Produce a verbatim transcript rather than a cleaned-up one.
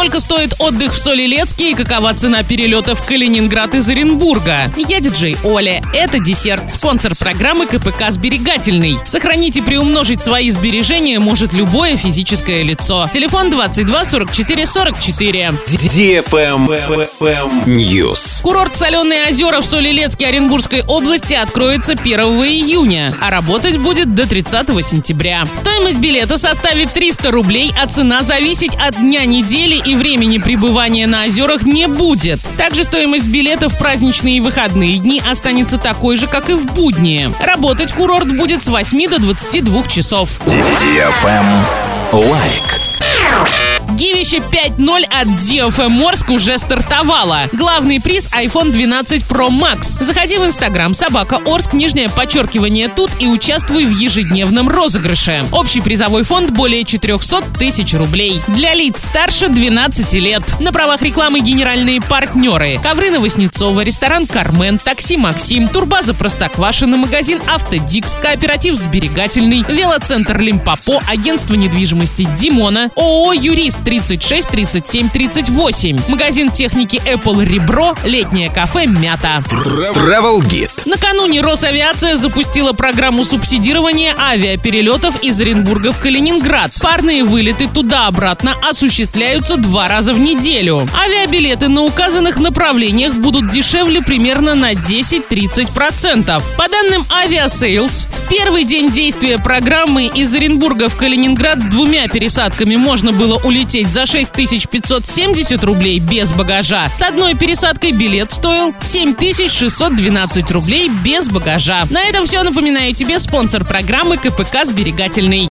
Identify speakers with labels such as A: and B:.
A: Сколько стоит отдых в Солилецке и какова цена перелета в Калининград из Оренбурга? Я диджей Оля. Это десерт. Спонсор программы КПК «Сберегательный». Сохранить и приумножить свои сбережения может любое физическое лицо. Телефон двадцать два сорок четыре сорок четыре.
B: News.
A: Курорт «Соленые озера» в Солилецке Оренбургской области откроется первого июня, а работать будет до тридцатого сентября. Стоимость билета составит триста рублей, а цена зависеть от дня недели и времени пребывания на озерах не будет. Также стоимость билета в праздничные и выходные дни останется такой же, как и в будни. Работать курорт будет с восьми до двадцати двух часов.
B: Лайк.
A: Гивище пять ноль от ди эф эм Орск уже стартовало. Главный приз айфон двенадцать про макс. Заходи в инстаграм собака Орск, нижнее подчеркивание тут и участвуй в ежедневном розыгрыше. Общий призовой фонд более четыреста тысяч рублей. Для лиц старше двенадцати лет. На правах рекламы генеральные партнеры: Ковры Новоснецова, ресторан Кармен, такси Максим, турбаза Простоквашино, магазин Автодикс, кооператив Сберегательный, велоцентр Лимпопо, агентство недвижимости Димона, ООО Юрист тридцать шесть тридцать семь тридцать восемь, магазин техники Apple Ребро, летнее кафе Мята.
B: Travel Guide.
A: Накануне Росавиация запустила программу субсидирования авиаперелетов из Оренбурга в Калининград. Парные вылеты туда-обратно осуществляются два раза в неделю. Авиабилеты на указанных направлениях будут дешевле примерно на десять-тридцать процентов. По данным Aviasales, в первый день действия программы из Оренбурга в Калининград с двумя пересадками можно было улететь за шесть тысяч пятьсот семьдесят рублей без багажа. С одной пересадкой билет стоил семь тысяч шестьсот двенадцать рублей без багажа. На этом все. Напоминаю тебе спонсор программы КПК «Сберегательный».